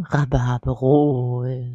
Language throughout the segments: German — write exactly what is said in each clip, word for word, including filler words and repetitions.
Rhabarberol.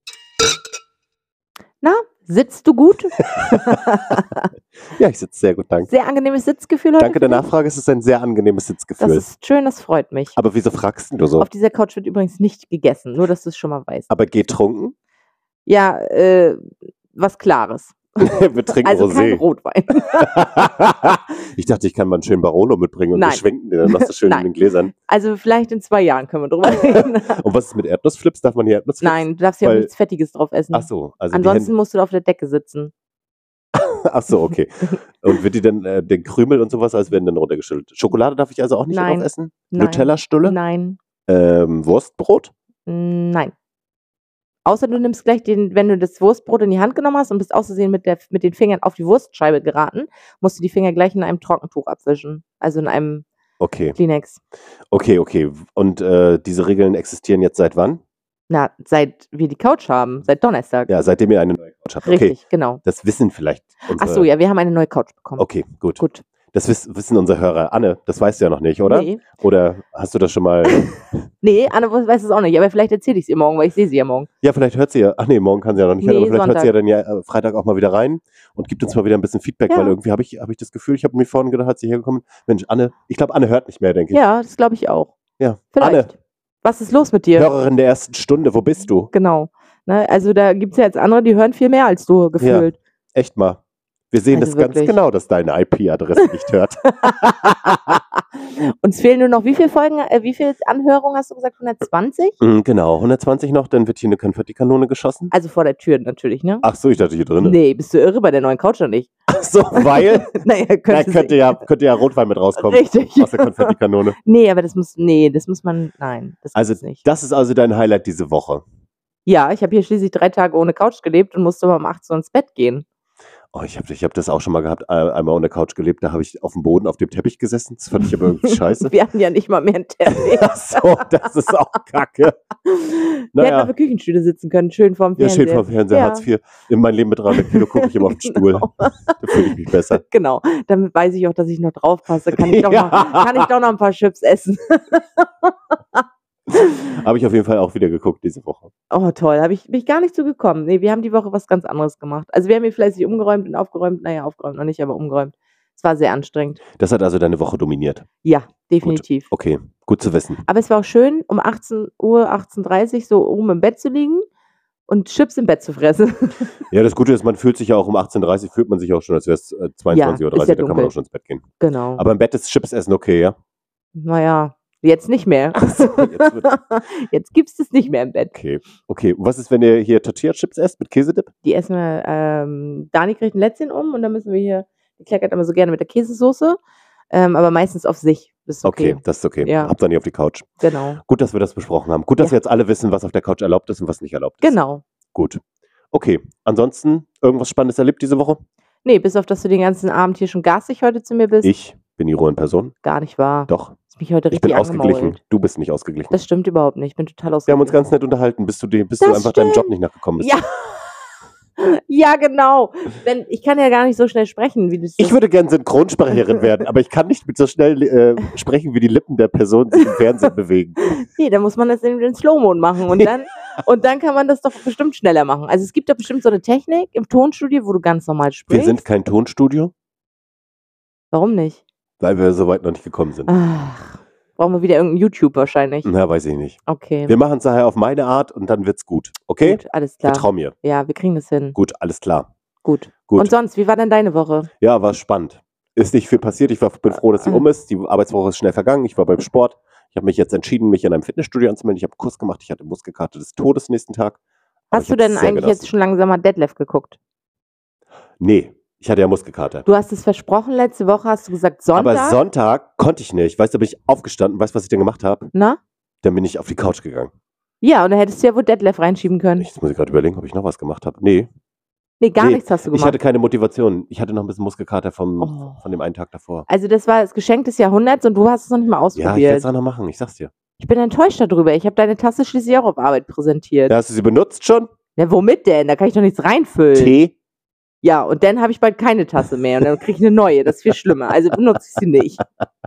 Na, sitzt du gut? Ja, ich sitze sehr gut, danke. Sehr angenehmes Sitzgefühl heute. Danke der Nachfrage, es ist ein sehr angenehmes Sitzgefühl. Das ist schön, das freut mich. Aber wieso fragst du so? Auf dieser Couch wird übrigens nicht gegessen, nur dass du es schon mal weißt. Aber getrunken? Ja, äh, was Klares. Wir trinken also Rosé. kein Rotwein. Ich dachte, ich kann mal einen schönen Barolo mitbringen und Nein. wir schwenken den dann noch so schön Nein. in den Gläsern. Also vielleicht in zwei Jahren können wir drüber reden. Und was ist mit Erdnussflips? Darf man hier Erdnussflips? Nein, du darfst ja auch Weil- nichts Fettiges drauf essen. Ach so. Also Ansonsten musst du auf der Decke sitzen. die Hände- Ach so, okay. Und wird die dann, äh, den Krümel und sowas, als werden dann runtergeschüttelt? Schokolade darf ich also auch nicht Nein. drauf essen? Nein. Nutella-Stulle? Nein, Ähm, Wurstbrot? nein. Außer du nimmst gleich den, wenn du das Wurstbrot in die Hand genommen hast und bist aus Versehen mit, der, mit den Fingern auf die Wurstscheibe geraten, musst du die Finger gleich in einem Trockentuch abwischen. Also in einem Okay, Kleenex. okay, okay. Und äh, diese Regeln existieren jetzt seit wann? Na, seit wir die Couch haben, seit Donnerstag. Ja, seitdem ihr eine neue Couch habt. Okay, Richtig, genau. das wissen vielleicht unsere... Ach so, ja, wir haben eine neue Couch bekommen. Okay, gut. Gut. Das wiss, wissen unsere Hörer. Anne, das weißt du ja noch nicht, oder? Nee, Oder hast du das schon mal... nee, Anne weiß es auch nicht, aber vielleicht erzähle ich es ihr morgen, weil ich sehe sie ja morgen. Ja, vielleicht hört sie ja... Ach nee, morgen kann sie ja noch nicht Nee, hören, aber vielleicht hört sie ja Sonntag. dann ja äh, Freitag auch mal wieder rein und gibt uns mal wieder ein bisschen Feedback, Ja. weil irgendwie habe ich, hab ich das Gefühl, ich habe mir vorhin gedacht, als sie hergekommen, Mensch, Anne, ich glaube, Anne hört nicht mehr, denke ich. Ja, das glaube ich auch. Ja. Vielleicht. Anne, Was ist los mit dir? Hörerin der ersten Stunde, wo bist du? Genau. Ne, also da gibt es ja jetzt andere, die hören viel mehr als du gefühlt. Echt mal. Wir sehen Also das ganz wirklich. genau, dass deine I P-Adresse nicht hört. Uns fehlen nur noch wie viele Folgen, äh, wie viele Anhörungen hast du gesagt? hundertzwanzig? Mm, genau, hundertzwanzig noch, dann wird hier eine Konfettikanone geschossen. Also vor der Tür natürlich, ne? Ach so, ich dachte hier drin. Nee, bist du irre bei der neuen Couch oder nicht? Ach so, weil... naja, Da könnte, könnte ja, könnte ja Rotwein mit rauskommen. Richtig. Aus der Konfettikanone. Nee, aber das muss, nee, das muss man, nein, das Also gibt's nicht. das ist also dein Highlight diese Woche. Ja, ich habe hier schließlich drei Tage ohne Couch gelebt und musste aber um achtzehn Uhr ins Bett gehen. Oh, ich habe ich hab das auch schon mal gehabt, äh, einmal ohne Couch gelebt, da habe ich auf dem Boden auf dem Teppich gesessen. Das fand ich aber irgendwie scheiße. Wir hatten ja nicht mal mehr einen Teppich. Ach so, das ist auch kacke. Wir hätten Naja, auf der Küchenstühle sitzen können, schön vorm ja, Fernseher. steht vor dem Fernseher, Ja. Hartz vier. In mein Leben mit dreihundert Kilo gucke ich immer auf den Stuhl. Genau. Da fühle ich mich besser. Genau, damit weiß ich auch, dass ich noch drauf passe. Kann ich doch, Ja. noch, kann ich doch noch ein paar Chips essen. Habe ich auf jeden Fall auch wieder geguckt diese Woche. Oh, toll, habe ich, bin ich gar nicht so gekommen. Nee, wir haben die Woche was ganz anderes gemacht. Also wir haben hier fleißig umgeräumt und aufgeräumt. Naja, aufgeräumt noch nicht, aber umgeräumt. Es war sehr anstrengend. Das hat also deine Woche dominiert. Ja, definitiv. Okay, gut zu wissen. Aber es war auch schön, um achtzehn Uhr, achtzehn Uhr dreißig so oben im Bett zu liegen und Chips im Bett zu fressen. Ja, das Gute ist, man fühlt sich ja auch um achtzehn Uhr dreißig, fühlt man sich auch schon, als wäre es äh, zweiundzwanzig Uhr Ja, ist dreißig, ja da kann man dunkel. auch schon ins Bett gehen. Genau. Aber im Bett ist Chips essen okay, ja? Naja, jetzt nicht mehr. So, jetzt wird, Jetzt gibt es das nicht mehr im Bett. okay, okay. Und was ist, wenn ihr hier Tortilla-Chips esst mit Käsedip? Die essen wir, ähm, Dani kriegt ein Lätzchen um und dann müssen wir hier, die kleckert immer so gerne mit der Käsesoße, ähm, aber meistens auf sich. Das ist okay. Okay, das ist okay. Ja. Habt ihr nicht auf die Couch. Genau. Gut, dass wir das besprochen haben. Gut, dass Ja. wir jetzt alle wissen, was auf der Couch erlaubt ist und was nicht erlaubt ist. Genau. Gut. Okay, ansonsten irgendwas Spannendes erlebt diese Woche? Nee, bis auf, dass du den ganzen Abend hier schon garstig heute zu mir bist. Ich bin die Ruhe in Person. Gar nicht wahr. Doch, Hast mich heute ich bin richtig ausgeglichen. angemault. Du bist nicht ausgeglichen. Das stimmt überhaupt nicht. Ich bin total ausgeglichen. Wir haben uns ganz nett unterhalten, bis du, die, bis du Das einfach deinem Job stimmt. nicht nachgekommen bist. Ja. Ja, genau. Wenn, ich kann ja gar nicht so schnell sprechen, wie du es Ich würde gern Synchronsprecherin werden, aber ich kann nicht mit so schnell äh, sprechen, wie die Lippen der Person sich im Fernsehen bewegen. Nee, da muss man das in den Slow-Mo machen und dann, und dann kann man das doch bestimmt schneller machen. Also es gibt doch bestimmt so eine Technik im Tonstudio, wo du ganz normal Wir sprichst. sind kein Tonstudio, Warum nicht? weil wir so weit noch nicht gekommen sind. Ach, brauchen wir wieder irgendeinen YouTube wahrscheinlich. Na, weiß ich nicht. Okay, Wir machen es daher auf meine Art und dann wird's gut. Okay? gut, alles klar. Vertrau mir. Ja, wir kriegen das hin. Gut, alles klar. Gut. Gut. Und sonst, wie war denn deine Woche? Ja, war spannend. Ist nicht viel passiert. Ich war, bin froh, dass sie Ah. um ist. Die Arbeitswoche ist schnell vergangen. Ich war beim Sport. Ich habe mich jetzt entschieden, mich in einem Fitnessstudio anzumelden. Ich habe einen Kurs gemacht. Ich hatte Muskelkater des Todes nächsten Tag. Aber Hast ich du hab's denn sehr eigentlich genossen. jetzt schon langsam mal Detlef geguckt? Nee, ich hatte ja Muskelkater. Du hast es versprochen, letzte Woche hast du gesagt Sonntag. Aber Sonntag konnte ich nicht. Weißt du, da bin ich aufgestanden. Weißt du, was ich denn gemacht habe? Na? Dann bin ich auf die Couch gegangen. Ja, und da hättest du ja wohl Detlef reinschieben können. Jetzt muss ich gerade überlegen, ob ich noch was gemacht habe. Nee, Nee, gar nee, nichts hast du ich gemacht. hatte keine Motivation. Ich hatte noch ein bisschen Muskelkater vom, Oh. von dem einen Tag davor. Also das war das Geschenk des Jahrhunderts und du hast es noch nicht mal Ja, ich werde ausprobiert. es auch noch machen. Ich sag's dir. Ich bin enttäuscht darüber. Ich habe deine Tasse schließlich auch auf Arbeit präsentiert. Ja, Ja. hast du sie benutzt schon? Womit denn? Da kann ich doch nichts reinfüllen. Tee? Ja, und dann habe ich bald keine Tasse mehr und dann kriege ich eine neue. Das ist viel schlimmer. Also benutze ich sie nicht.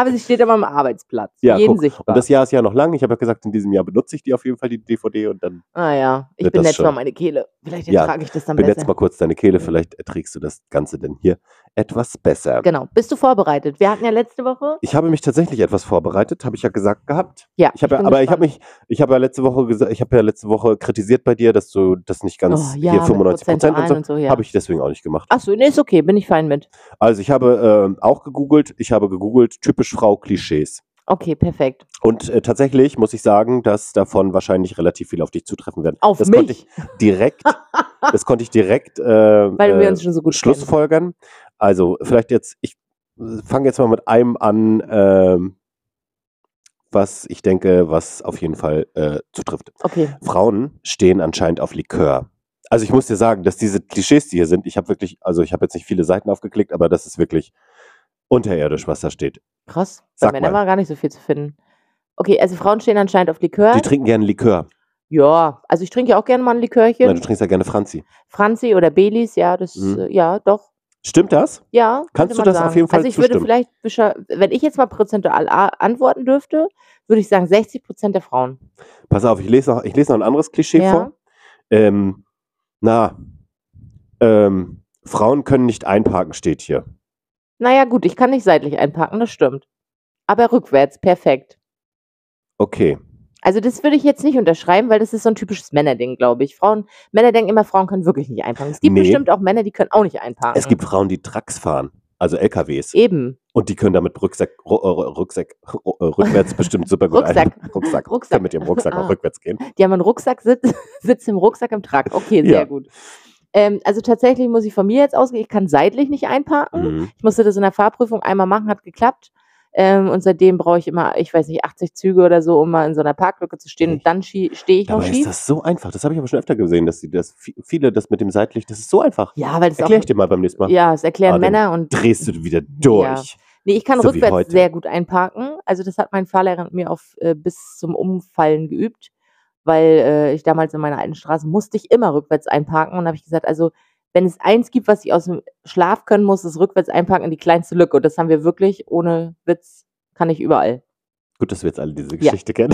Aber sie steht immer am Arbeitsplatz. Ja, jeden guck. sichtbar. Und das Jahr ist ja noch lang. Ich habe ja gesagt, in diesem Jahr benutze ich die auf jeden Fall, die D V D. Und dann Ah ja, ich wird das benetze mal schon. meine Kehle. Vielleicht Ja, ertrage ich das dann benetz besser. mal kurz deine Kehle. Vielleicht erträgst du das Ganze denn hier etwas besser. Genau. Bist du vorbereitet? Wir hatten ja letzte Woche. Ich habe mich tatsächlich etwas vorbereitet, habe ich ja gesagt gehabt. Ja, Ich habe ich ja, bin aber ich habe gespannt. mich, ich habe ja letzte Woche gesagt, ich habe ja letzte Woche kritisiert bei dir, dass du das nicht ganz Oh, ja, hier mit fünfundneunzig Prozent und Prozentualen so, und so, ja. habe ich deswegen auch nicht gemacht. Ach so, nee, ist okay, bin ich fein mit. Also ich habe äh, auch gegoogelt, ich habe gegoogelt, typisch Frau Klischees. Okay, perfekt. Und äh, tatsächlich muss ich sagen, dass davon wahrscheinlich relativ viel auf dich zutreffen werden. Auf das mich? konnte ich direkt, das konnte ich direkt äh, Weil wir äh, uns schon so gut kennen. schlussfolgern. Also vielleicht jetzt, ich äh, fange jetzt mal mit einem an, ähm, was ich denke, was auf jeden Fall äh, zutrifft. Okay. Frauen stehen anscheinend auf Likör. Also ich muss dir sagen, dass diese Klischees, die hier sind, ich habe wirklich, also ich habe jetzt nicht viele Seiten aufgeklickt, aber das ist wirklich unterirdisch, was da steht. Krass. Bei Sag Männern mal. war gar nicht so viel zu finden. Okay, also Frauen stehen anscheinend auf Likör. Die trinken gerne Likör. Ja, also ich trinke ja auch gerne mal ein Nein, Likörchen. du trinkst ja gerne Franzi. Franzi oder Baileys, ja, das, Mhm. äh, ja, doch. Stimmt das? Ja, Kannst könnte du man das sagen. auf jeden Fall Also ich würde zustimmen? vielleicht, bescha- wenn ich jetzt mal prozentual a- antworten dürfte, würde ich sagen sechzig Prozent der Frauen. Pass auf, ich lese noch, ich lese noch ein anderes Klischee Ja. vor. Ähm, na, ähm, Frauen können nicht einparken, steht hier. Naja, gut, ich kann nicht seitlich einparken, das stimmt. Aber rückwärts, perfekt. Okay. Also das würde ich jetzt nicht unterschreiben, weil das ist so ein typisches Männerding, glaube ich. Frauen, Männer denken immer, Frauen können wirklich nicht einparken. Es gibt Nee. bestimmt auch Männer, die können auch nicht einparken. Es gibt Frauen, die Trucks fahren, also L K Ws. Eben. Und die können damit Rucksack, Ru- äh, Rucksack, Ru- äh, rückwärts bestimmt super gut Rucksack. ein. Rucksack. Rucksack. Können mit ihrem Rucksack Ah. auch rückwärts gehen. Die haben einen Rucksack, sitzt, sitzt im Rucksack im Truck. Okay, sehr Ja. gut. Ähm, also tatsächlich muss ich von mir jetzt ausgehen, ich kann seitlich nicht einparken. Mhm. Ich musste das in der Fahrprüfung einmal machen, hat geklappt. Ähm, und seitdem brauche ich immer, ich weiß nicht, achtzig Züge oder so, um mal in so einer Parklücke zu stehen. Und dann schie- stehe ich noch Dabei ist schief. das so einfach. Das habe ich aber schon öfter gesehen, dass, die, dass vi- viele das mit dem seitlich, das ist so einfach. Ja, weil das Erklär ich auch. dir mal beim nächsten Mal. Ja, es erklären Ah, dann Männer und. Drehst du wieder durch. Nee, ich kann So wie rückwärts heute. sehr gut einparken. Also das hat mein Fahrlehrer mit mir auf äh, bis zum Umfallen geübt, weil äh, ich damals in meiner alten Straße musste ich immer rückwärts einparken und habe ich gesagt, also wenn es eins gibt, was ich aus dem Schlaf können muss, ist rückwärts einparken in die kleinste Lücke. Und das haben wir wirklich ohne Witz, kann ich überall. Gut, dass wir jetzt alle diese Ja. Geschichte kennen.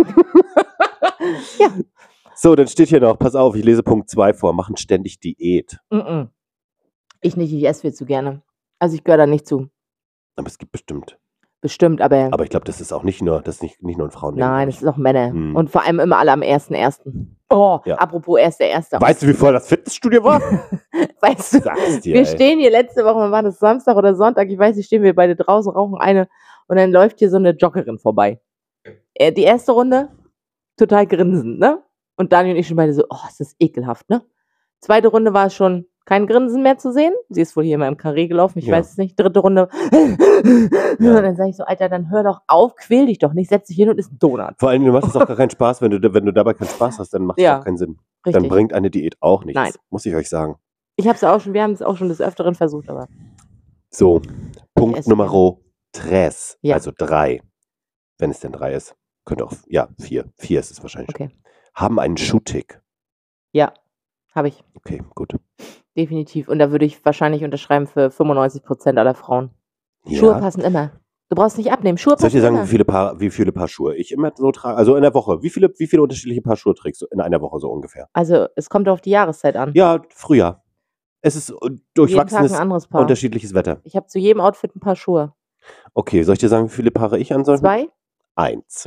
Ja. So, dann steht hier noch, pass auf, ich lese Punkt zwei vor, machen ständig Diät. Mm-mm. Ich nicht, ich esse viel zu gerne. Also ich gehöre da nicht zu. Aber es gibt bestimmt. Bestimmt, aber, Aber ich glaube, das ist auch nicht nur, das ist nicht, nicht nur ein Frauen. nein, es ist auch Männer. Hm. Und vor allem immer alle am ersten ersten Oh, Ja. apropos erster erster Weißt du, wie voll das Fitnessstudio war? Weißt du, Sag's dir, wir ey. stehen hier letzte Woche, wann war das, Samstag oder Sonntag, ich weiß nicht, stehen wir beide draußen, rauchen eine und dann läuft hier so eine Joggerin vorbei. Äh, die erste Runde, total grinsend, ne? Und Daniel und ich schon beide so, oh, ist das ekelhaft, ne? Zweite Runde war schon kein Grinsen mehr zu sehen. Sie ist wohl hier immer im Karree gelaufen, ich Ja. weiß es nicht. Dritte Runde. Ja. Und dann sage ich so, Alter, dann hör doch auf, quäl dich doch nicht, setz dich hin und isst einen Donut. Vor allem, du machst es auch gar keinen Spaß, wenn du, wenn du dabei keinen Spaß hast, dann macht es Ja. auch keinen Sinn. Richtig. Dann bringt eine Diät auch nichts, Nein. muss ich euch sagen. Ich hab's auch schon, wir haben es auch schon des Öfteren versucht, aber So, Punkt esse Nummer tres, Ja. also drei, wenn es denn drei ist. Könnte auch, ja, vier. Vier ist es wahrscheinlich. okay. Haben einen Schuhtick. Ja, habe ich. Okay, gut. Definitiv. Und da würde ich wahrscheinlich unterschreiben für fünfundneunzig Prozent aller Frauen. Schuhe Ja. passen immer. Du brauchst nicht abnehmen. Schuhe Soll ich passen dir sagen, immer. wie viele, Paar, wie viele Paar Schuhe ich immer so trage? Also in der Woche. Wie viele, wie viele unterschiedliche Paar Schuhe trägst du in einer Woche so ungefähr? Also es kommt auf die Jahreszeit an. Ja, Frühjahr. Es ist äh, Jeden Tag ein durchwachsenes, anderes Paar. unterschiedliches Wetter. Ich habe zu jedem Outfit ein paar Schuhe. Okay, soll ich dir sagen, wie viele Paare ich an solchen? Zwei? Eins.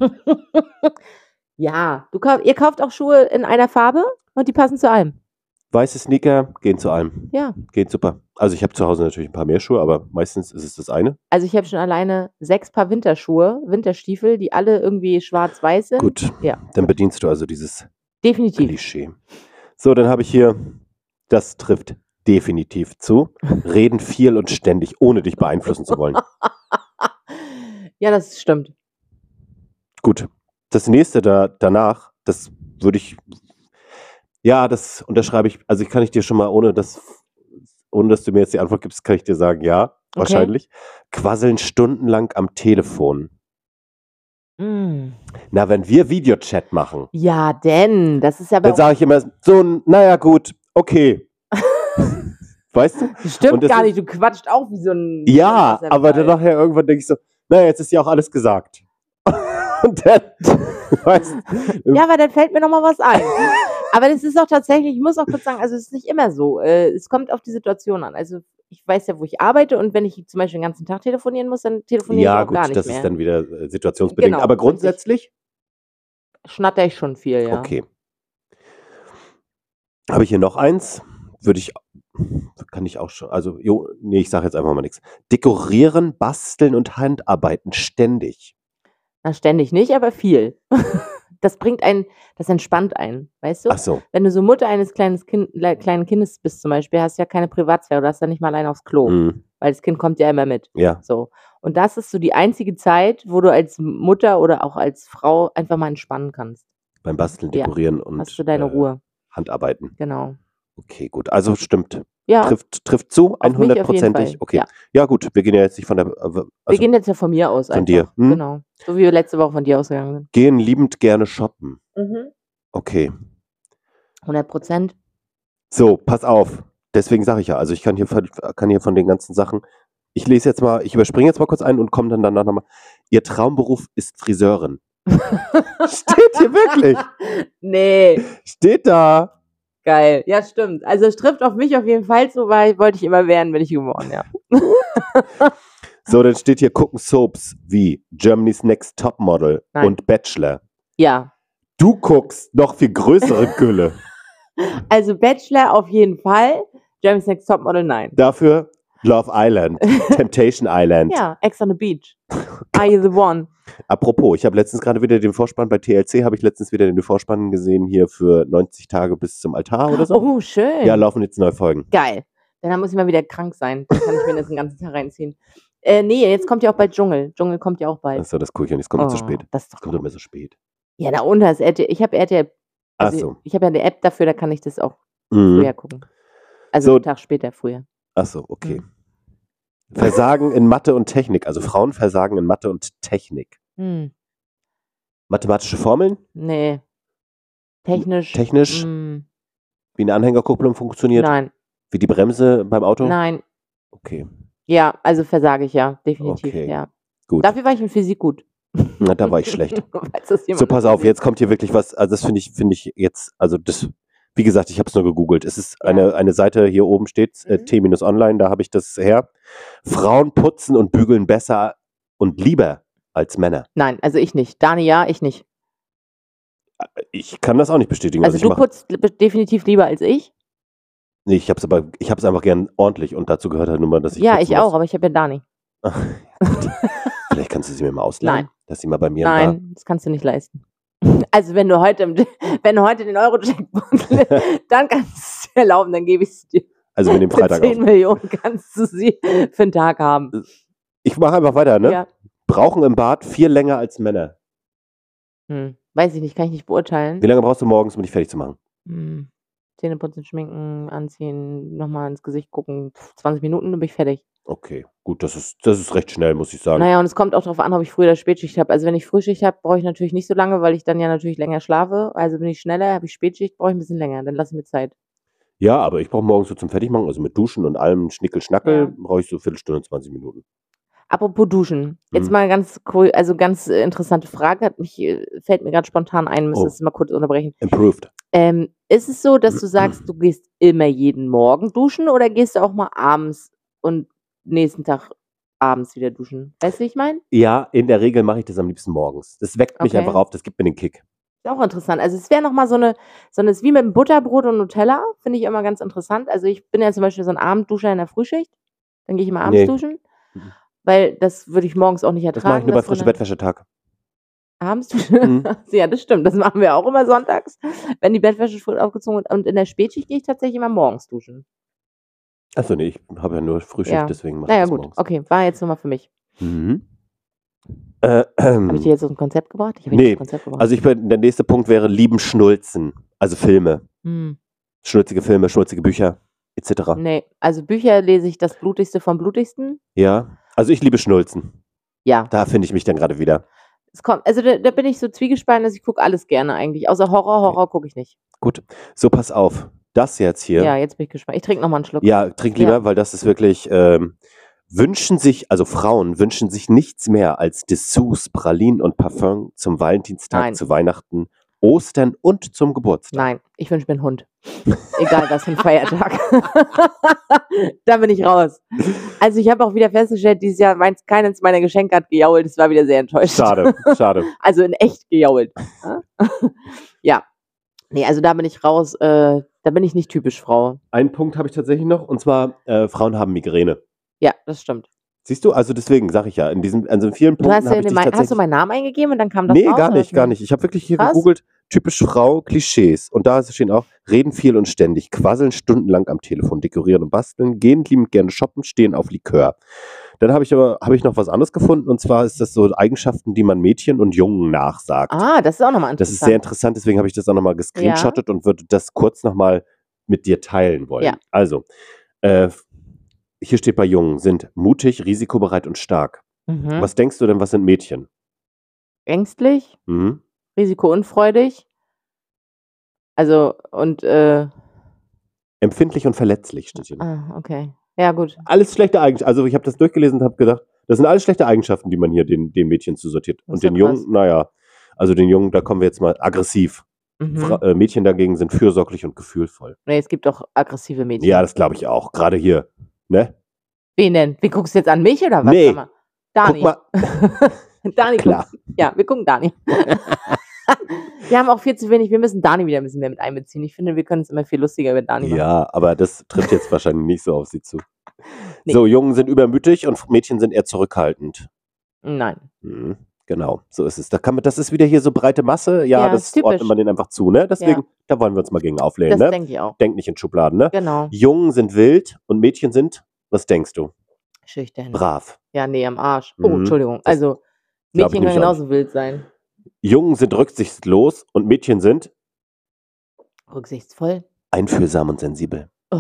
Ja, du kauf, ihr kauft auch Schuhe in einer Farbe und die passen zu allem. Weiße Sneaker gehen zu allem. Ja. Geht super. Also ich habe zu Hause natürlich ein paar mehr Schuhe, aber meistens ist es das eine. Also ich habe schon alleine sechs Paar Winterschuhe, Winterstiefel, die alle irgendwie schwarz-weiß sind. Gut, Ja, dann bedienst du also dieses definitiv. Klischee. So, dann habe ich hier, das trifft definitiv zu. Reden viel und ständig, ohne dich beeinflussen zu wollen. Ja, das stimmt. Gut. Das nächste da, danach, das würde ich, ja, das unterschreibe ich, also ich kann ich dir schon mal, ohne dass, ohne dass du mir jetzt die Antwort gibst, kann ich dir sagen, ja, wahrscheinlich. Quasseln stundenlang am Telefon. Mm. Na, wenn wir Videochat machen, Ja, denn, das ist ja bei dann sage ich immer so, ein, naja gut, okay. Weißt du? Stimmt und das gar ist- nicht, du quatscht auch wie so ein... Ja, was er aber weiß. dann nachher irgendwann denke ich so, naja, jetzt ist ja auch alles gesagt. Und dann, weißt, Ja, aber dann fällt mir noch mal was ein. Aber das ist auch tatsächlich, ich muss auch kurz sagen, also es ist nicht immer so. Äh, es kommt auf die Situation an. Also ich weiß ja, wo ich arbeite und wenn ich zum Beispiel den ganzen Tag telefonieren muss, dann telefoniere ja, ich auch gut, gar nicht das mehr. ist dann wieder äh, situationsbedingt. Genau, Aber richtig. grundsätzlich, Schnatter ich schon viel, ja. okay. Habe ich hier noch eins? Würde ich, kann ich auch schon, also, jo, nee, ich sage jetzt einfach mal nichts. Dekorieren, basteln und Handarbeiten ständig. Na, ständig nicht, aber viel. Das bringt einen, das entspannt einen, weißt du? Ach so. Wenn du so Mutter eines kleines kind, le- kleinen Kindes bist zum Beispiel, hast du ja keine Privatsphäre, du hast ja nicht mal allein aufs Klo, Mhm. weil das Kind kommt ja immer mit. Ja, So. Und das ist so die einzige Zeit, wo du als Mutter oder auch als Frau einfach mal entspannen kannst. beim Basteln, Ja, Dekorieren hast du und deine äh, Ruhe. Handarbeiten. Genau. Okay, gut. Also stimmt. Ja, Trifft, trifft zu, auf mich auf jeden hundertprozentig. Fall. Okay. Ja. Ja, gut. Wir gehen ja jetzt nicht von der. äh, Wir Also gehen jetzt ja von mir aus von einfach. dir. Hm? Genau. So wie wir letzte Woche von dir ausgegangen sind. Gehen liebend gerne shoppen. Mhm. Okay. hundert Prozent. So, pass auf. Deswegen sage ich ja, also ich kann hier, von- kann hier von den ganzen Sachen. Ich lese jetzt mal, ich überspringe jetzt mal kurz ein und komme dann danach nochmal. Ihr Traumberuf ist Friseurin. Steht hier wirklich. Nee, Steht da. geil. Ja, stimmt. Also es trifft auf mich auf jeden Fall so, weil wollte ich immer werden, bin ich geworden, ja. So, dann steht hier, gucken Soaps wie Germany's Next Topmodel Nein. und Bachelor. Ja. Du guckst noch viel größere Gülle. Also Bachelor auf jeden Fall. Germany's Next Topmodel, nein. Dafür Love Island, Temptation Island. Ja, Ex on the Beach. Are you the one? Apropos, ich habe letztens gerade wieder den Vorspann bei T L C, habe ich letztens wieder den Vorspann gesehen hier für neunzig Tage bis zum Altar oder so. Oh, schön. Ja, laufen jetzt neue Folgen. Geil. Dann muss ich mal wieder krank sein. Dann kann ich mir das den ganzen Tag reinziehen. Äh, nee, jetzt kommt ja auch bald Dschungel. Dschungel kommt ja auch bald. Achso, das gucke ich ja nicht, es kommt mir Oh, zu spät. Das ist Es doch kommt immer so spät. Ja, da unter ist R T L. Ich habe R T L. Also Achso. Ich habe ja eine App dafür, da kann ich das auch Mhm. früher gucken. Also So. einen Tag später früher. Achso, okay. Mhm. Versagen in Mathe und Technik. Also Frauen versagen in Mathe und Technik. Hm. Mathematische Formeln, Nee. Technisch. Technisch? mm, wie eine Anhängerkupplung funktioniert, Nein. wie die Bremse beim Auto. Nein. Okay, Ja, also versage ich ja. Definitiv, Okay. ja. gut. Dafür war ich in Physik gut. Na, da war ich schlecht. Falls das jemand So, pass auf, interessiert. jetzt kommt hier wirklich was, also das finde ich, finde ich jetzt, also das, wie gesagt, ich habe es nur gegoogelt. Es ist Ja. eine, eine Seite, hier oben steht, äh, Mhm. T-Online, da habe ich das her. Frauen putzen und bügeln besser und lieber als Männer. Nein, also ich nicht. Dani, ja, ich nicht. Ich kann das auch nicht bestätigen. Also ich du mach- putzt li- definitiv lieber als ich. Nee, ich habe es aber, ich habe es einfach gern ordentlich und dazu gehört halt nur mal, dass ich Ja, putzen ich auch, muss. aber ich habe ja Dani. Vielleicht kannst du sie mir mal ausleihen, Nein. dass sie mal bei mir war. Nein, das kannst du nicht leisten. Also wenn du heute, im, wenn du heute den Euro-Jackpot, dann kannst du es dir erlauben, dann gebe ich es dir. Also wir nehmen Für Freitag zehn auf. Millionen kannst du sie für einen Tag haben. Ich mache einfach weiter, ne? Ja. Brauchen im Bad viel länger als Männer. Hm. Weiß ich nicht, kann ich nicht beurteilen. Wie lange brauchst du morgens, um dich fertig zu machen? Hm. Zähne putzen, schminken, anziehen, nochmal ins Gesicht gucken. Pff, zwanzig Minuten, dann bin ich fertig. Okay, gut, das ist, das ist recht schnell, muss ich sagen. Naja, und es kommt auch darauf an, ob ich Früh- oder Spätschicht habe. Also wenn ich Frühschicht habe, brauche ich natürlich nicht so lange, weil ich dann ja natürlich länger schlafe. Also bin ich schneller, habe ich Spätschicht, brauche ich ein bisschen länger. Dann lasse ich mir Zeit. Ja, aber ich brauche morgens so zum Fertigmachen, also mit Duschen und allem Schnickel-Schnackel, Ja. brauche ich so eine Viertelstunde, zwanzig Minuten. Apropos Duschen. Jetzt Mhm. mal ganz cool, also ganz äh, interessante Frage, hat mich, äh, fällt mir gerade spontan ein, müsste Oh. es mal kurz unterbrechen. Improved. Ähm, ist es so, dass du sagst, du gehst immer jeden Morgen duschen oder gehst du auch mal abends und nächsten Tag abends wieder duschen? Weißt du, wie ich meine? Ja, in der Regel mache ich das am liebsten morgens. Das weckt mich Okay. einfach auf, das gibt mir den Kick. Ist auch interessant. Also es wäre nochmal so eine, so eine, ist wie mit dem Butterbrot und Nutella, finde ich immer ganz interessant. Also ich bin ja zum Beispiel so ein Abendduscher in der Frühschicht, dann gehe ich immer abends Nee. duschen, Mhm. weil das würde ich morgens auch nicht Das ertragen. mache ich nur bei dass so frischem eine- Bettwäschetag. Abends duschen? Mhm. Ja, das stimmt. Das machen wir auch immer sonntags, wenn die Bettwäsche frisch aufgezogen wird. Und in der Spätschicht gehe ich tatsächlich immer morgens duschen. Achso, nee, ich habe ja nur Frühschicht, Ja. deswegen mache ich Naja, das gut. morgens. Okay, war jetzt nochmal für mich. Mhm. Äh, ähm, Habe ich dir jetzt so ein Konzept gebracht? Ich habe Nee, nicht ein Konzept gebracht. also ich bin, der nächste Punkt wäre lieben Schnulzen. Also Filme. Hm. Schnulzige Filme, schnulzige Bücher, et cetera. Nee, also Bücher lese ich das Blutigste vom Blutigsten. Ja, also ich liebe Schnulzen. Ja, Da finde ich mich dann gerade wieder. es kommt, also da, da bin ich so zwiegespalten, dass ich gucke alles gerne eigentlich. Außer Horror, Horror gucke ich nicht. Gut, so pass auf. Das jetzt hier. Ja, jetzt bin ich gespannt. Ich trinke nochmal einen Schluck. Ja, trink lieber, Ja. weil das ist wirklich, ähm, wünschen sich, also Frauen wünschen sich nichts mehr als Dessous, Pralinen und Parfum zum Valentinstag, Nein. zu Weihnachten, Ostern und zum Geburtstag. Nein, ich wünsche mir einen Hund. Egal, was für ein Feiertag. Da bin ich raus. Also ich habe auch wieder festgestellt, dieses Jahr meins, keines meiner Geschenke hat gejault. Das war wieder sehr enttäuscht. Schade, schade. Also in echt gejault. Ja. Nee, also da bin ich raus. Äh, da bin ich nicht typisch Frau. Einen Punkt habe ich tatsächlich noch, und zwar, äh, Frauen haben Migräne. Ja, das stimmt. Siehst du, also deswegen sage ich ja, in diesen, also in vielen Du Punkten hast, ja habe ich den dich mein, hast du tatsächlich... meinen Namen eingegeben und dann kam das Nee, raus? gar oder nicht, gar nicht. Ich habe wirklich hier Krass. gegoogelt, typisch Frau, Klischees. Und da stehen auch, reden viel und ständig, quasseln stundenlang am Telefon, dekorieren und basteln, gehen liebend gerne shoppen, stehen auf Likör. Dann habe ich aber habe ich noch was anderes gefunden, und zwar ist das so Eigenschaften, die man Mädchen und Jungen nachsagt. Ah, das ist auch nochmal Das interessant. ist sehr interessant, deswegen habe ich das auch nochmal gescreenshottet und würde das kurz nochmal mit dir teilen wollen. Ja. Also, äh, hier steht bei Jungen, sind mutig, risikobereit und stark. Mhm. Was denkst du denn, was sind Mädchen? Ängstlich, Mhm. risikounfreudig. Also, und, äh, Empfindlich und verletzlich steht hier. ah, okay. Ja, gut. Alles schlechte Eigenschaften. Also ich habe das durchgelesen und habe gedacht, das sind alles schlechte Eigenschaften, die man hier den, den Mädchen zusortiert. Das Und ist ja den krass. Jungen, naja, also den Jungen, da kommen wir jetzt mal aggressiv. Mhm. Fra äh, Mädchen dagegen sind fürsorglich und gefühlvoll. Nee, es gibt auch aggressive Mädchen. Ja, das glaube ich auch. Gerade hier. Ne? Wen denn? Wen guckst du jetzt an mich oder was? Nee. Sag mal. Dani. Guck mal. Dani Klar. guckt. Ja, wir gucken Dani. Wir haben auch viel zu wenig, wir müssen Dani wieder ein bisschen mehr mit einbeziehen. Ich finde, wir können es immer viel lustiger über Dani machen. Ja, aber das trifft jetzt wahrscheinlich nicht so auf sie zu. Nee. So, Jungen sind übermütig und Mädchen sind eher zurückhaltend. Nein. Mhm, genau, so ist es. Da kann man, das ist wieder hier so breite Masse. Ja, Ja, das ist typisch. ordnet man denen einfach zu. Ne? Deswegen, Ja. da wollen wir uns mal gegen auflehnen. Das Ne? denke ich auch. Denk nicht in Schubladen. Ne? Genau. Jungen sind wild und Mädchen sind, was denkst du? Schüchtern. Brav. Ja, nee, am Arsch. Oh, Mhm. Entschuldigung. Das Also, glaub ich Mädchen können nämlich auch genauso wild sein. Jungen sind rücksichtslos und Mädchen sind Rücksichtsvoll. einfühlsam und sensibel. Oh.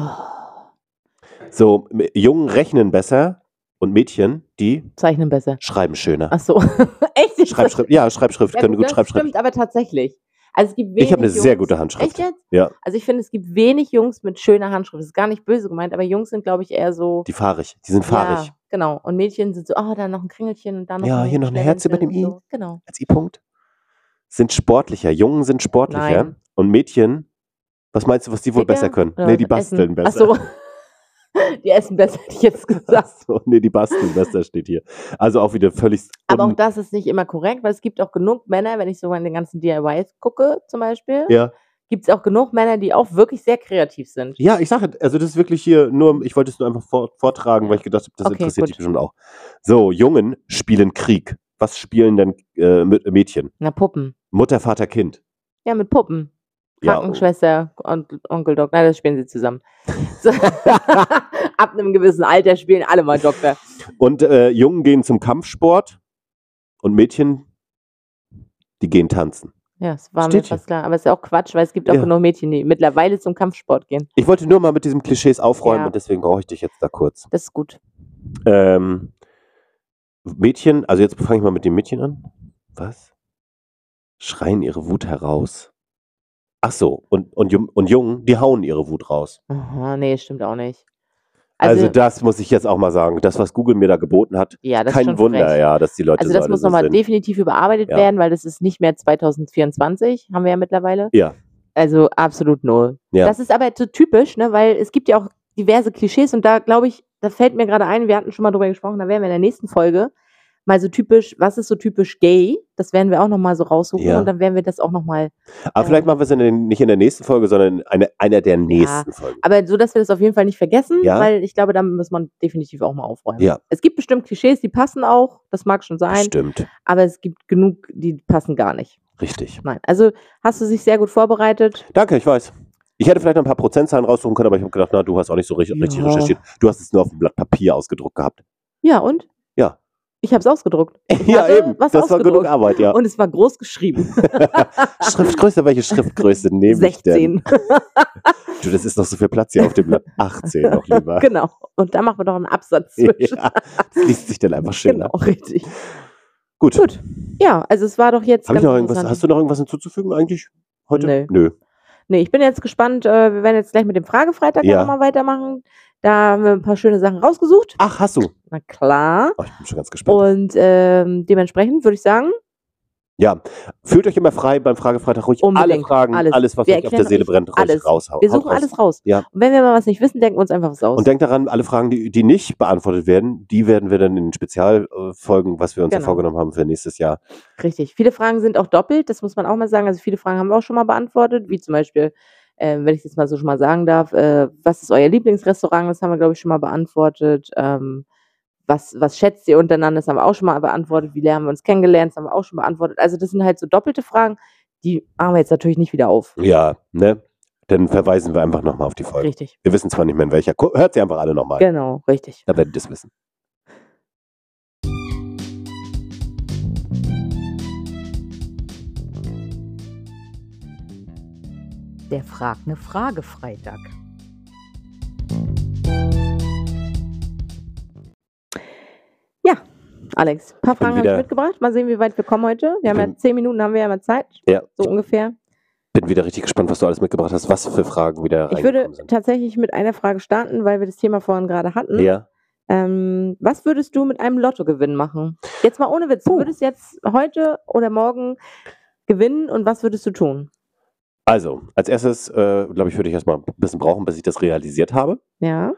So, m- Jungen rechnen besser und Mädchen, die Zeichnen besser. schreiben schöner. Ach so. Echt? Ist das- Schreibschrift, ja, Schreibschrift, Ja, können gut das Schreibschrift. stimmt aber tatsächlich. Also es gibt wenig Ich habe eine sehr Jungs- gute Handschrift. Echt jetzt? Ja, Also ich finde, es gibt wenig Jungs mit schöner Handschrift. Das ist gar nicht böse gemeint, aber Jungs sind, glaube ich, eher so. die fahrig, die sind fahrig. Ja, genau. Und Mädchen sind so, oh, da noch ein Kringelchen und dann noch Ja, ein hier noch ein Herz über dem I. So. Genau. Als I-Punkt. Sind sportlicher. Jungen sind sportlicher. Nein. Und Mädchen, was meinst du, was die wohl Dicker? besser können? Oder Nee, die essen? basteln besser. Ach so. Die essen besser, hätte ich jetzt gesagt. Ach so, nee, die basteln besser steht hier. Also auch wieder völlig. Aber auch un- das ist nicht immer korrekt, weil es gibt auch genug Männer, wenn ich so an den ganzen D I Ys gucke, zum Beispiel, ja. gibt es auch genug Männer, die auch wirklich sehr kreativ sind. ja, ich sage, also das ist wirklich hier nur, ich wollte es nur einfach vor, vortragen, weil ich gedacht habe, das Okay, interessiert gut. dich bestimmt auch. So, Jungen spielen Krieg. Was spielen denn äh, M- Mädchen? Na, Puppen. Mutter, Vater, Kind. Ja, mit Puppen. Ja, Krankenschwester und Onkel Doktor. Nein, das spielen sie zusammen. So. Ab einem gewissen Alter spielen alle mal Doktor. Und äh, Jungen gehen zum Kampfsport und Mädchen, die gehen tanzen. Ja, das war mir Steht hier. fast klar. Aber es ist ja auch Quatsch, weil es gibt auch Ja. genug Mädchen, die mittlerweile zum Kampfsport gehen. Ich wollte nur mal mit diesen Klischees aufräumen Ja. und deswegen brauche ich dich jetzt da kurz. Das ist gut. Ähm, Mädchen, also jetzt fange ich mal mit dem Mädchen an. Was? Schreien ihre Wut heraus. Ach so, und, und, Jung- und Jungen, die hauen ihre Wut raus. Aha, nee, stimmt auch nicht. Also, Also, das muss ich jetzt auch mal sagen. Das, was Google mir da geboten hat, ja, das ist kein schon Wunder, frech. ja, dass die Leute Also so das alle muss so nochmal sind. definitiv überarbeitet Ja. werden, weil das ist nicht mehr zwanzig vierundzwanzig, haben wir ja mittlerweile. Ja, Also absolut null. ja. Das ist aber so typisch, ne, weil es gibt ja auch diverse Klischees und da glaube ich, da fällt mir gerade ein, wir hatten schon mal drüber gesprochen, da werden wir in der nächsten Folge mal so typisch, was ist so typisch gay? Das werden wir auch nochmal so raussuchen Ja. und dann werden wir das auch nochmal, Aber vielleicht machen wir es in den, nicht in der nächsten Folge, sondern in eine, einer der nächsten Folgen. aber so, dass wir das auf jeden Fall nicht vergessen, Ja. weil ich glaube, da muss man definitiv auch mal aufräumen. Ja. Es gibt bestimmt Klischees, die passen auch, das mag schon sein, Stimmt, aber es gibt genug, die passen gar nicht. richtig. Nein, also hast du dich sehr gut vorbereitet. Danke, ich weiß. Ich hätte vielleicht noch ein paar Prozentzahlen raussuchen können, aber ich habe gedacht, na, du hast auch nicht so richtig, richtig Ja. recherchiert. Du hast es nur auf dem Blatt Papier ausgedruckt gehabt. Ja, und? Ja. Ich habe es ausgedruckt. Ich Ja, hatte eben. was Das war genug ausgedruckt. Arbeit, ja. Und es war groß geschrieben. Schriftgröße, welche Schriftgröße nehme ich denn? sechzehn. Du, das ist noch so viel Platz hier auf dem Blatt. achtzehn noch lieber. Genau. Und da machen wir doch einen Absatz zwischen. Ja, das liest sich dann einfach schöner. Genau, richtig. Gut. Gut. Ja, also es war doch jetzt Hab ich ganz noch irgendwas, interessant. hast du noch irgendwas hinzuzufügen eigentlich heute? Nö. Nö. Ne, ich bin jetzt gespannt, äh, wir werden jetzt gleich mit dem Fragefreitag ja Ja. noch mal weitermachen. Da haben wir 'n paar schöne Sachen rausgesucht. Ach, hast du? Na klar. Oh, ich bin schon ganz gespannt. Und, ähm, dementsprechend würde ich sagen Ja, fühlt euch immer frei beim Fragefreitag ruhig alle Unbedingt, Fragen, alles. alles, was Wir euch auf der erklären Seele euch brennt, ruhig alles. raushau Wir haut suchen raus. alles raus. Ja. Und wenn wir mal was nicht wissen, denken wir uns einfach was aus. Und denkt daran, alle Fragen, die die nicht beantwortet werden, die werden wir dann in den Spezialfolgen, was wir uns ja Genau. vorgenommen haben für nächstes Jahr. Richtig. Viele Fragen sind auch doppelt, das muss man auch mal sagen. Also, viele Fragen haben wir auch schon mal beantwortet, wie zum Beispiel, ähm, wenn ich's jetzt mal so schon mal sagen darf, äh, was ist euer Lieblingsrestaurant? Das haben wir, glaube ich, schon mal beantwortet. Ähm, was was schätzt ihr untereinander? Das haben wir auch schon mal beantwortet. Wie lange haben wir uns kennengelernt? Das haben wir auch schon beantwortet. Also, das sind halt so doppelte Fragen, die machen wir jetzt natürlich nicht wieder auf. Ja, ne? Dann verweisen wir einfach noch mal auf die Folge. Richtig. Wir wissen zwar nicht mehr in welcher. Gu hört sie einfach alle noch mal. Genau, richtig. Da werdet ihr's wissen. Der Frag 'ne Frage Freitag. Ja, Alex, paar Ich bin Fragen habe ich wieder mitgebracht. Mal sehen, wie weit wir kommen heute. Wir Ich haben ja bin zehn Minuten haben wir ja mal Zeit, Ja. so ungefähr. Bin wieder richtig gespannt, was du alles mitgebracht hast, was für Fragen wieder Ich würde reingekommen sind. tatsächlich mit einer Frage starten, weil wir das Thema vorhin grade hatten. Ja. Ähm, was würdest du mit einem Lottogewinn machen? Jetzt mal ohne Witz. Du Puh. würdest jetzt heute oder morgen gewinnen und was würdest du tun? Also, als erstes, äh, glaube ich, würde ich erst mal 'n bisschen brauchen, bis ich das realisiert habe. Ja.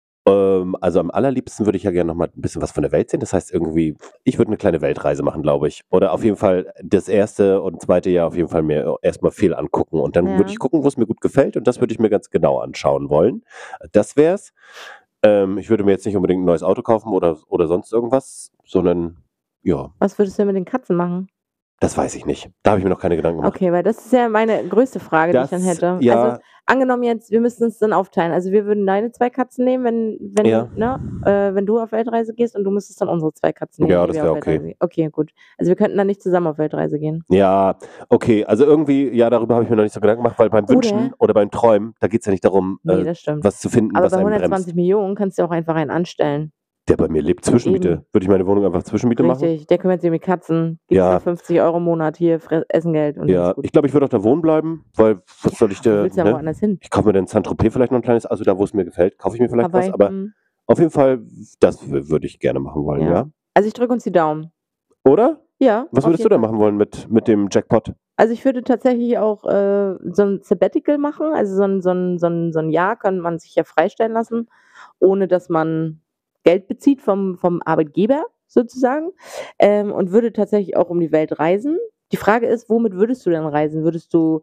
Ähm, also, am allerliebsten würde ich ja gerne noch mal 'n bisschen was von der Welt sehen. Das heißt irgendwie, ich würde 'ne kleine Weltreise machen, glaube ich. Oder auf jeden Fall das erste und zweite Jahr auf jeden Fall mir erst mal viel angucken. Und dann würde Ja. ich gucken, wo's mir gut gefällt und das würde ich mir ganz genau anschauen wollen. Das wär's. Ähm, ich würde mir jetzt nicht unbedingt 'n neues Auto kaufen oder oder sonst irgendwas, sondern ja. Was würdest du denn mit den Katzen machen? Das weiß ich nicht. Da habe ich mir noch keine Gedanken gemacht. Okay, weil das ist ja meine größte Frage, die ich dann Das hätte. Also, ja. angenommen jetzt, wir müssten uns dann aufteilen. Also, wir würden deine zwei Katzen nehmen, wenn wenn Ja. ne, äh, wenn du auf Weltreise gehst und du müsstest dann unsere zwei Katzen nehmen, Ja, die das wir wäre auf okay. Weltreise gehen. Okay, gut. Also, wir könnten dann nicht zusammen auf Weltreise gehen. Ja, okay. Also, irgendwie ja, darüber habe ich mir noch nicht so Gedanken gemacht, weil beim Wünschen Oder oder beim Träumen, da geht's ja nicht darum, Ne, äh, das stimmt. was zu finden, Aber was bei einen bremst. hundertzwanzig Millionen kannst du auch einfach einen anstellen. Der bei mir lebt Zwischenmiete. Eben. Würde ich meine Wohnung einfach Zwischenmiete machen? Richtig, der kümmert sich um die Katzen, gibst Ja. da fünfzig Euro im Monat, hier Fre Essengeld und dann ist Ja, gut. ich glaube, ich würde auch da wohnen bleiben, weil was soll ich Du da willst ja ne? woanders hin. Ich kaufe mir dann in Saint-Tropez vielleicht noch 'n kleines also, da, wo's mir gefällt, kaufe ich mir vielleicht was, Hawaii, aber mhm. auf jeden Fall, das wü würde ich gerne machen wollen, Ja. ja. Also, ich drücke uns die Daumen. Oder? Ja, Was auf würdest du jeden denn Fall. machen wollen mit mit dem Jackpot? Also, ich würde tatsächlich auch, äh, so 'n Sabbatical machen. Also, so 'n so 'n so 'n so 'n Jahr kann man sich ja freistellen lassen, ohne dass man Geld bezieht vom vom Arbeitgeber sozusagen, ähm, und würde tatsächlich auch um die Welt reisen. Die Frage ist, womit würdest du denn reisen? Würdest du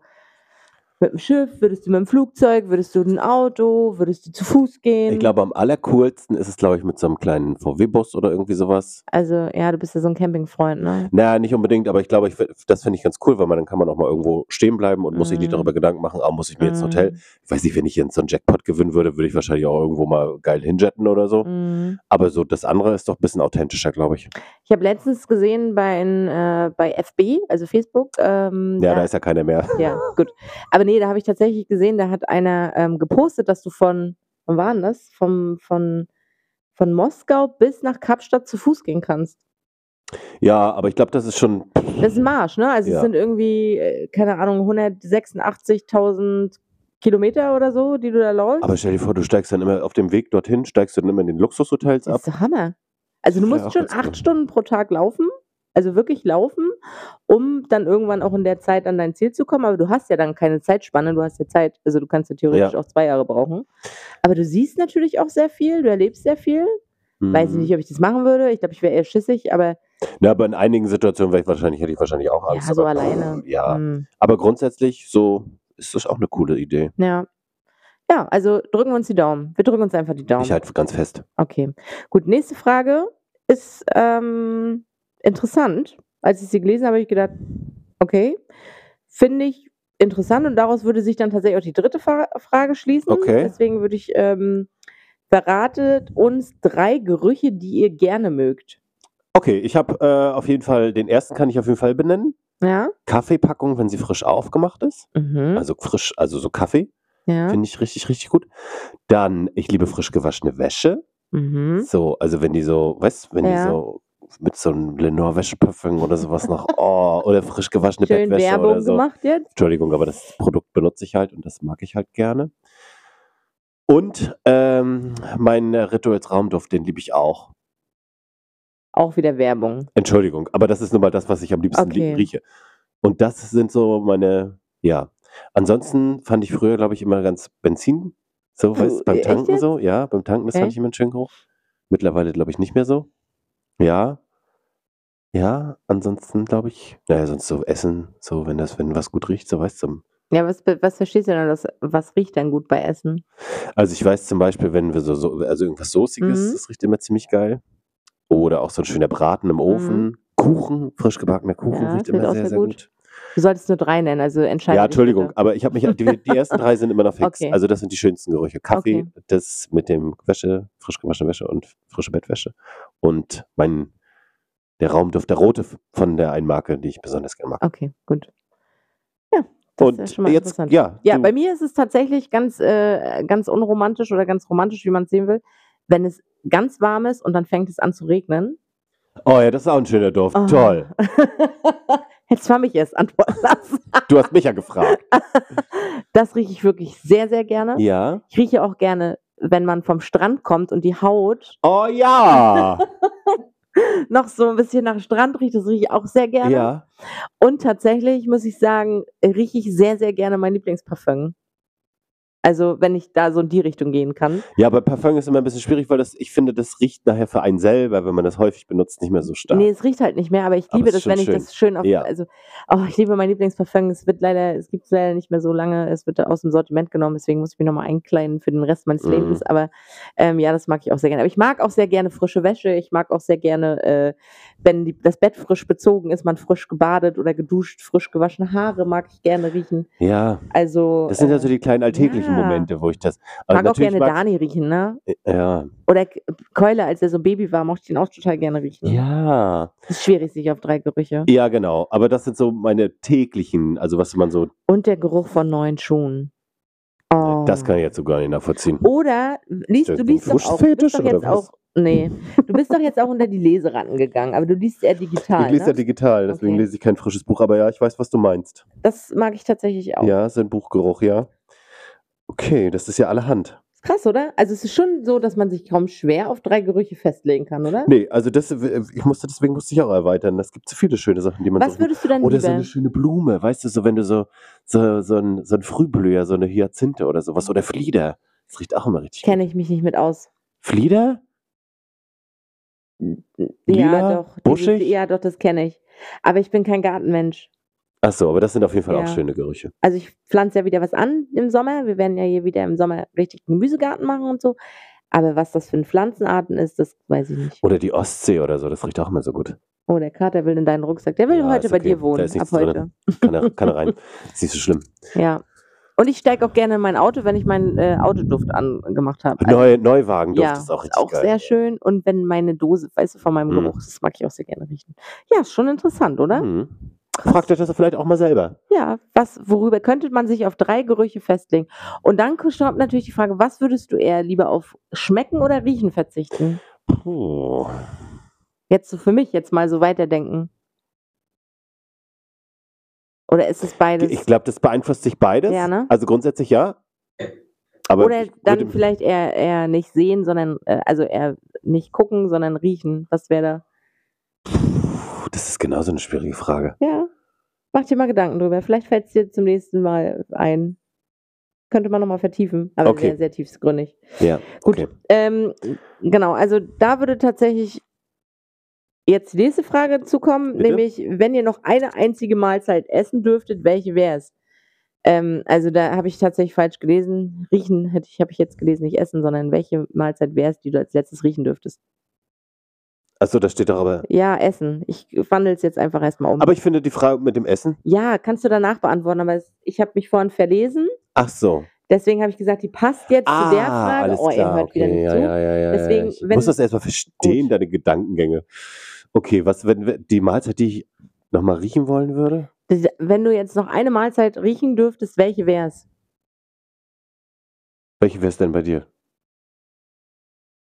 mit'm Schiff, würdest du mit'm Flugzeug, würdest du 'n Auto, würdest du zu Fuß Ich gehen? glaube, am allercoolsten ist es, glaube ich, mit so 'nem kleinen V W-Bus oder irgendwie so was. Also, ja, du bist ja so 'n Campingfreund, ne? Na ja, nicht unbedingt, aber ich glaube, ich fä das fände ich ganz cool, weil man dann kann man auch mal irgendwo stehen bleiben und muss sich nicht Mhm. darüber Gedanken machen: „Ah, muss ich mir jetzt 'n Hotel“ Mhm. Ich weiß nicht, wenn ich jetzt so 'n Jackpot gewinnen würde, würde ich wahrscheinlich auch irgendwo mal geil hinjetten oder so. Mhm. Aber so das andere ist doch bisschen authentischer, glaube ich. Ich habe letztens gesehen bei 'n äh, bei F B, also Facebook, ähm, Ja, da da ist ja keiner mehr. ja, gut. Aber ne, da habe ich tatsächlich gesehen, da hat einer, ähm, gepostet, dass du von wann war 'n das? Vom von von Moskau bis nach Kapstadt zu Fuß gehen kannst. Ja, aber ich glaube, das ist schon Das ist 'n Marsch, ne? Also, es Ja. sind irgendwie, äh, keine Ahnung, hundertsechsundachtzigtausend Kilometer oder so, die du da läufst. Aber stell dir vor, du steigst dann immer auf dem Weg dorthin steigst du dann immer in den Luxushotels Das ab. ist doch Hammer. Also, du Das wäre musst auch schon ganz cool. acht Stunden pro Tag laufen, also, wirklich laufen, um dann irgendwann auch in der Zeit an dein Ziel zu kommen. Aber du hast ja dann keine Zeitspanne, du hast ja Zeit. Also, du kannst ja theoretisch Ja. auch zwei Jahre brauchen. Aber du siehst natürlich auch sehr viel, du erlebst sehr viel. Weiß ich Mhm. nicht, ob ich das machen würde. Ich glaube, ich wäre eher schissig, aber Ja, aber in einigen Situationen wäre ich wahrscheinlich hätte ich wahrscheinlich auch Angst, ja, so aber alleine. ja. Mhm. Aber grundsätzlich so ist das auch 'ne coole Idee. Ja. Ja, also, drücken wir uns die Daumen. Wir drücken uns einfach die Ich Daumen. halte f ganz fest. Okay. Gut, nächste Frage ist, ähm, interessant. Als ich sie gelesen habe, habe ich gedacht: „Okay, finde ich interessant“, und daraus würde sich dann tatsächlich auch die dritte Fa Frage schließen. Okay. Deswegen würde ich, ähm verratet uns drei Gerüche, die ihr gerne mögt. Okay, ich habe, äh, auf jeden Fall den ersten kann ich auf jeden Fall benennen. Ja. Kaffeepackung, wenn sie frisch aufgemacht ist. Mhm. Also, frisch also, so Kaffee, Ja. finde ich richtig, richtig gut. Dann, ich liebe frisch gewaschene Wäsche. Mhm. So, also, wenn die so weißt, wenn die Ja. so mit so einem Lenore-Wäscheparfüm oder sowas noch. Oh, oder frisch gewaschene Schön Bettwäsche Werbung oder so. gemacht jetzt. Entschuldigung, aber das Produkt benutze ich halt und das mag ich halt gerne. Und ähm, mein Rituals-Raumduft, den liebe ich auch. Auch wieder Werbung. Entschuldigung, aber das ist nun mal das, was ich am liebsten Okay. rieche. Und das sind so meine, ja. Ansonsten fand ich früher, glaube ich, immer ganz Benzin. So, Puh, weißt du, beim echt Tanken jetzt? so. Ja, beim Tanken, das fand Okay. ich immer einen schönen Geruch. Mittlerweile, glaube ich, nicht mehr so. Ja. Ja, ansonsten, glaube ich, naja, sonst so Essen, so, wenn das, wenn was gut riecht, so, weißt du. Ja, was, be- was verstehst du denn, das, was riecht denn gut bei Essen? Also ich weiß zum Beispiel, wenn wir so, so also irgendwas Soßiges, Mhm. das riecht immer ziemlich geil. Oder auch so ein schöner Braten im Ofen. Kuchen, frisch gebackener Kuchen Ja, riecht das riecht immer auch sehr, sehr sehr gut. gut. Du solltest nur drei nennen, also entscheide Ja, dich Entschuldigung, bitte. aber ich habe mich, die, die ersten drei sind immer noch fix. Okay. Also das sind die schönsten Gerüche. Kaffee, Okay. das mit dem Wäsche, frisch gewaschene Wäsche und frische Bettwäsche. Und mein, der Raumduft, der rote von der einen Marke, die ich besonders gerne mag. Okay, gut. Ja, das ist ja Und schon mal jetzt, interessant. ja, Ja, du, bei mir ist es tatsächlich ganz, äh, ganz unromantisch oder ganz romantisch, wie man es sehen will, wenn es ganz warm ist und dann fängt es an zu regnen. oh ja, das ist auch ein schöner Duft. Oh. Toll. Hättest du mich erst antworten lassen. Du hast mich ja gefragt. Das rieche ich wirklich sehr, sehr gerne. Ja. Ich rieche auch gerne, wenn man vom Strand kommt und die Haut Oh ja. noch so ein bisschen nach Strand riecht, das rieche ich auch sehr gerne. Ja. Und tatsächlich muss ich sagen, rieche ich sehr, sehr gerne mein Lieblingsparfüm. Also, wenn ich da so in die Richtung gehen kann. Ja, aber Parfum ist immer ein bisschen schwierig, weil das, ich finde, das riecht nachher für einen selber, wenn man das häufig benutzt, nicht mehr so stark. Nee, es riecht halt nicht mehr, aber ich Aber liebe es ist das, wenn schon ich schön. das schön auf, Ja. also, oh, ich liebe mein Lieblingsparfüm. Es wird leider, es gibt es leider nicht mehr so lange. Es wird aus dem Sortiment genommen, deswegen muss ich mich nochmal einkleiden für den Rest meines Mhm. Lebens. Aber ähm, ja, das mag ich auch sehr gerne. Aber ich mag auch sehr gerne frische Wäsche. Ich mag auch sehr gerne, äh, wenn die, das Bett frisch bezogen ist, man frisch gebadet oder geduscht, frisch gewaschene Haare mag ich gerne riechen. Ja, Also, das sind ja äh, so die kleinen alltäglichen ja. Momente, wo ich das. ich Also mag auch natürlich gerne mag's- Dani riechen, ne? Ja. Oder K- Keule, als er so ein Baby war, mochte ich ihn auch total gerne riechen. Ja. Es ist schwierig, sich auf drei Gerüche. Ja, genau. Aber das sind so meine täglichen, also was man so, Und der Geruch von neuen Schuhen. Oh. das kann ich jetzt so gar nicht nachvollziehen. Oder liest, Ist du der liest doch auch, du bist Fußfetisch doch oder jetzt was? auch, nee, du bist doch jetzt auch unter die Leseratten gegangen, aber du liest eher digital, Ich lese ja ne? digital, deswegen Okay. lese ich kein frisches Buch, aber ja, ich weiß, was du meinst. Das mag ich tatsächlich auch. Ja, so ein Buchgeruch, ja. Okay, das ist ja allerhand. Ist krass, oder? Also es ist schon so, dass man sich kaum schwer auf drei Gerüche festlegen kann, oder? Nee, also das, ich musste, deswegen musste ich auch erweitern. Es gibt so viele schöne Sachen, die man Was so. würdest du denn Oder so lieber? eine schöne Blume, weißt du, so wenn du so, so, so, ein, so ein Frühblüher, so eine Hyazinthe oder sowas. Oder Flieder. Das riecht auch immer richtig gut. Kenne ich mich nicht mit aus. Flieder? Ja, Lila? doch. Dieses, Buschig? ja, doch, das kenne ich. Aber ich bin kein Gartenmensch. Ach so, aber das sind auf jeden Fall auch Ja. schöne Gerüche. Also ich pflanze ja wieder was an im Sommer. Wir werden ja hier wieder im Sommer richtig einen Gemüsegarten machen und so. Aber was das für ein Pflanzenarten ist, das weiß ich nicht. Oder die Ostsee oder so, das riecht auch immer so gut. Oh, der Kater will in deinen Rucksack. Der will Ja, heute ist bei okay. dir Da wohnen, ist ab nichts heute. drin. Kann er, kann er rein. Ist nicht so schlimm. Ja. Und ich steige auch gerne in mein Auto, wenn ich meinen äh, Autoduft angemacht habe. Also, Neu, Neuwagenduft ja, ist auch ist richtig auch geil. sehr schön. Und wenn meine Dose, weißt du, von meinem Mhm. Geruch, das mag ich auch sehr gerne riechen. Ja, ist schon interessant, oder? Mhm. Fragt euch das vielleicht auch mal selber. Ja, was, worüber könnte man sich auf drei Gerüche festlegen? Und dann kommt natürlich die Frage, was würdest du eher lieber auf Schmecken oder Riechen verzichten? Puh. Jetzt so für mich, jetzt mal so weiterdenken. Oder ist es beides? Ich glaube, das beeinflusst sich beides. Ja, ne? Also grundsätzlich ja. Aber Oder ich dann würde- vielleicht eher, eher nicht sehen, sondern, äh, also eher nicht gucken, sondern riechen. Was wäre da? Puh, das ist genauso eine schwierige Frage. Ja, mach dir mal Gedanken drüber. Vielleicht fällt es dir zum nächsten Mal ein. Könnte man nochmal vertiefen, aber Okay. sehr, sehr tiefgründig. Ja, Gut, okay. ähm, genau, also da würde tatsächlich jetzt die nächste Frage zukommen, Bitte? nämlich, wenn ihr noch eine einzige Mahlzeit essen dürftet, welche wäre es? Ähm, also da habe ich tatsächlich falsch gelesen. Riechen hätte ich, habe ich jetzt gelesen, nicht essen, sondern welche Mahlzeit wäre es, die du als letztes riechen dürftest? Achso, da steht doch aber. Ja, essen. Ich wandle es jetzt einfach erstmal um. Aber ich finde die Frage mit dem Essen. Ja, kannst du danach beantworten, aber es, ich habe mich vorhin verlesen. Ach so. Deswegen habe ich gesagt, die passt jetzt zu der Ah, Frage. alles Oh, ihr klar. hört wieder Okay, nicht ja, zu. ja, ja, ja. Deswegen, ja. Ich wenn- muss das erstmal verstehen, Gut. deine Gedankengänge. Okay, was, wenn wenn- die Mahlzeit, die ich nochmal riechen wollen würde? Das- Wenn du jetzt noch eine Mahlzeit riechen dürftest, welche wäre es? Welche wäre es denn bei dir?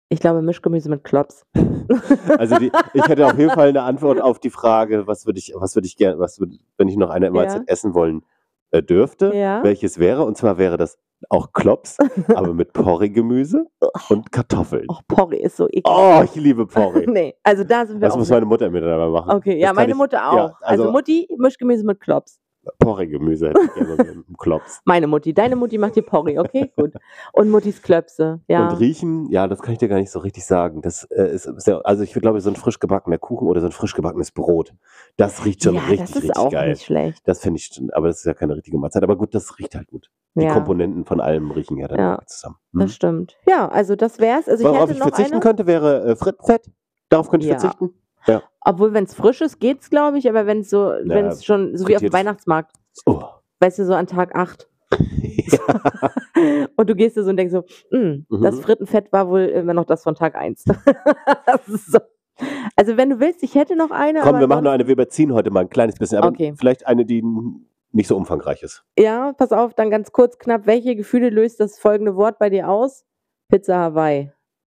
Ich glaube, Mischgemüse mit Klops. Also die, ich hätte auf jeden Fall eine Antwort auf die Frage, was würde ich, was würde ich gerne, was würde, wenn ich noch eine Mahlzeit Ja. essen wollen äh, dürfte, Ja. welches wäre. Und zwar wäre das auch Klops, aber mit Porree-Gemüse und Kartoffeln. Oh, Porree ist so eklig. Oh, ich liebe Porree. Nee, also da sind wir Das auch muss nicht. meine Mutter mir dann aber machen. Okay, Das ja, kann meine ich- Mutter auch. ja, also, also Mutti, Mischgemüse mit Klops. Porree-Gemüse hätte ich gerne mit dem Klops. Meine Mutti. Deine Mutti macht dir Porree, okay? Gut. Und Muttis Klöpse, ja. Und riechen, ja, das kann ich dir gar nicht so richtig sagen. Das äh, ist sehr, also ich glaube, so ein frisch gebackener Kuchen oder so ein frisch gebackenes Brot, das riecht schon ja, richtig, das ist richtig auch geil. nicht schlecht. Das finde ich, schon- aber das ist ja keine richtige Mahlzeit. Aber gut, das riecht halt gut. Die Ja, Komponenten von allem riechen ja dann Ja, irgendwie zusammen. das Hm? stimmt. Ja, also das wär's. Also ich Worauf hätte ich noch verzichten eine. könnte, wäre äh, Frittenfett. Darauf könnte ich Ja. verzichten. Obwohl, wenn es frisch ist, geht's, glaube ich. Aber wenn es so, wenn es schon, so wie auf dem frittiertes- Weihnachtsmarkt, Oh. weißt du, so an Tag acht. Ja. Und du gehst da so und denkst so, "Mm, Mhm. das Frittenfett war wohl immer noch das von Tag eins. Das ist so. Also wenn du willst, ich hätte noch eine. Komm, aber wir machen noch ansonsten- eine. Wir überziehen heute mal ein kleines bisschen. Aber Okay. vielleicht eine, die nicht so umfangreich ist. Ja, pass auf, dann ganz kurz, knapp. Welche Gefühle löst das folgende Wort bei dir aus? Pizza Hawaii.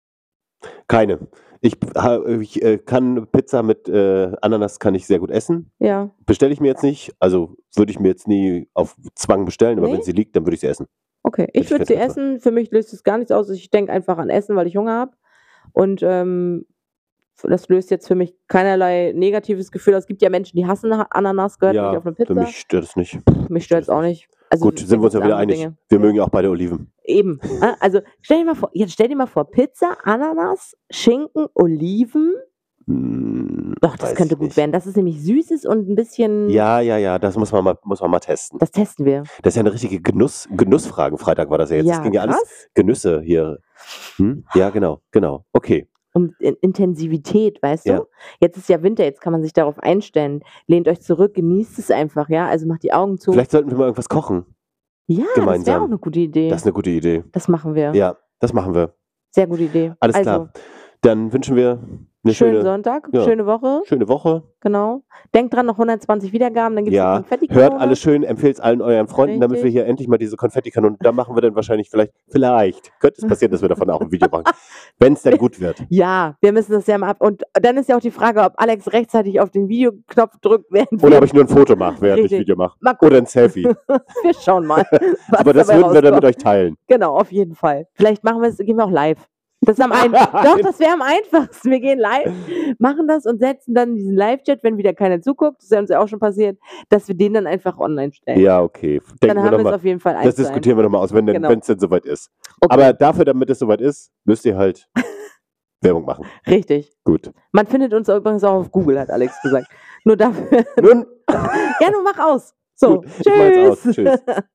Keine. Ich, ha- ich äh, kann Pizza mit äh, Ananas kann ich sehr gut essen. Ja, Bestelle ich mir jetzt nicht. Also würde ich mir jetzt nie auf Zwang bestellen, aber Nee? wenn sie liegt, dann würde ich sie essen. okay. ich Ich würde sie fett einfach. essen. Für mich löst es gar nichts aus. Ich denke einfach an Essen, weil ich Hunger habe. Und ähm, das löst jetzt für mich keinerlei negatives Gefühl aus. Es gibt ja Menschen, die hassen Ananas, gehört ja, nicht auf eine Pizza. für mich stört es nicht. Mich stört es auch nicht. Also, Gut, sind wir uns ja gibt's wieder andere einig. Dinge. Wir mögen ja auch beide Oliven. Eben. Ah, Also stell dir mal vor, jetzt stell dir mal vor, Pizza, Ananas, Schinken, Oliven. Hm, Doch, das weiß könnte ich gut nicht. werden. Das ist nämlich Süßes und ein bisschen. Ja, ja, ja, das muss man mal, muss man mal testen. Das testen wir. Das ist ja eine richtige Genuss, Genussfragen. Freitag war das ja jetzt. Ja, das ging ja alles krass. Genüsse hier. Hm? Ja, genau, genau. Okay. Um In Intensivität, weißt Ja. du? Jetzt ist ja Winter, jetzt kann man sich darauf einstellen. Lehnt euch zurück, genießt es einfach, ja? Also macht die Augen zu. Vielleicht sollten wir mal irgendwas kochen. ja, das wäre gemeinsam. auch eine gute Idee. Das ist eine gute Idee. Das machen wir. Ja, das machen wir. Sehr gute Idee. Alles also, klar. Dann wünschen wir eine schönen schöne, Sonntag, ja. schöne Woche, schöne Woche. genau. Denkt dran, noch hundertzwanzig Wiedergaben, dann gibt es Ja, Konfetti. hört alles schön, empfehlt es allen euren Freunden, damit wir Richtig. hier endlich mal diese Konfettikanonen, da machen wir dann wahrscheinlich vielleicht, vielleicht, könnte es passieren, dass wir davon auch ein Video machen, wenn es dann gut wird. Ja, wir müssen das ja mal ab. Und dann ist ja auch die Frage, ob Alex rechtzeitig auf den Videoknopf drückt, während Oder wir, ob ich nur ein Foto mache, während Richtig. ich Video mache. Mal gucken. Oder ein Selfie. wir schauen mal. Was Aber das dabei würden wir dann mit rauskommt. euch teilen. Genau, auf jeden Fall. Vielleicht machen wir es, gehen wir auch live. Das ist am ein Doch, das wäre am einfachsten. Wir gehen live, machen das und setzen dann diesen Live-Chat, wenn wieder keiner zuguckt, das ist ja uns ja auch schon passiert, dass wir den dann einfach online stellen. Ja, okay. dann Denken wir haben wir noch es mal. auf jeden Fall Das eins zu eins. diskutieren wir nochmal aus, wenn Genau. es denn soweit ist. Okay. Aber dafür, damit es soweit ist, müsst ihr halt Werbung machen. Richtig. Gut. Man findet uns übrigens auch auf Google, hat Alex gesagt. Nur dafür. Nun, ja, nun mach aus. So, gut, ich mach jetzt aus. tschüss. Tschüss.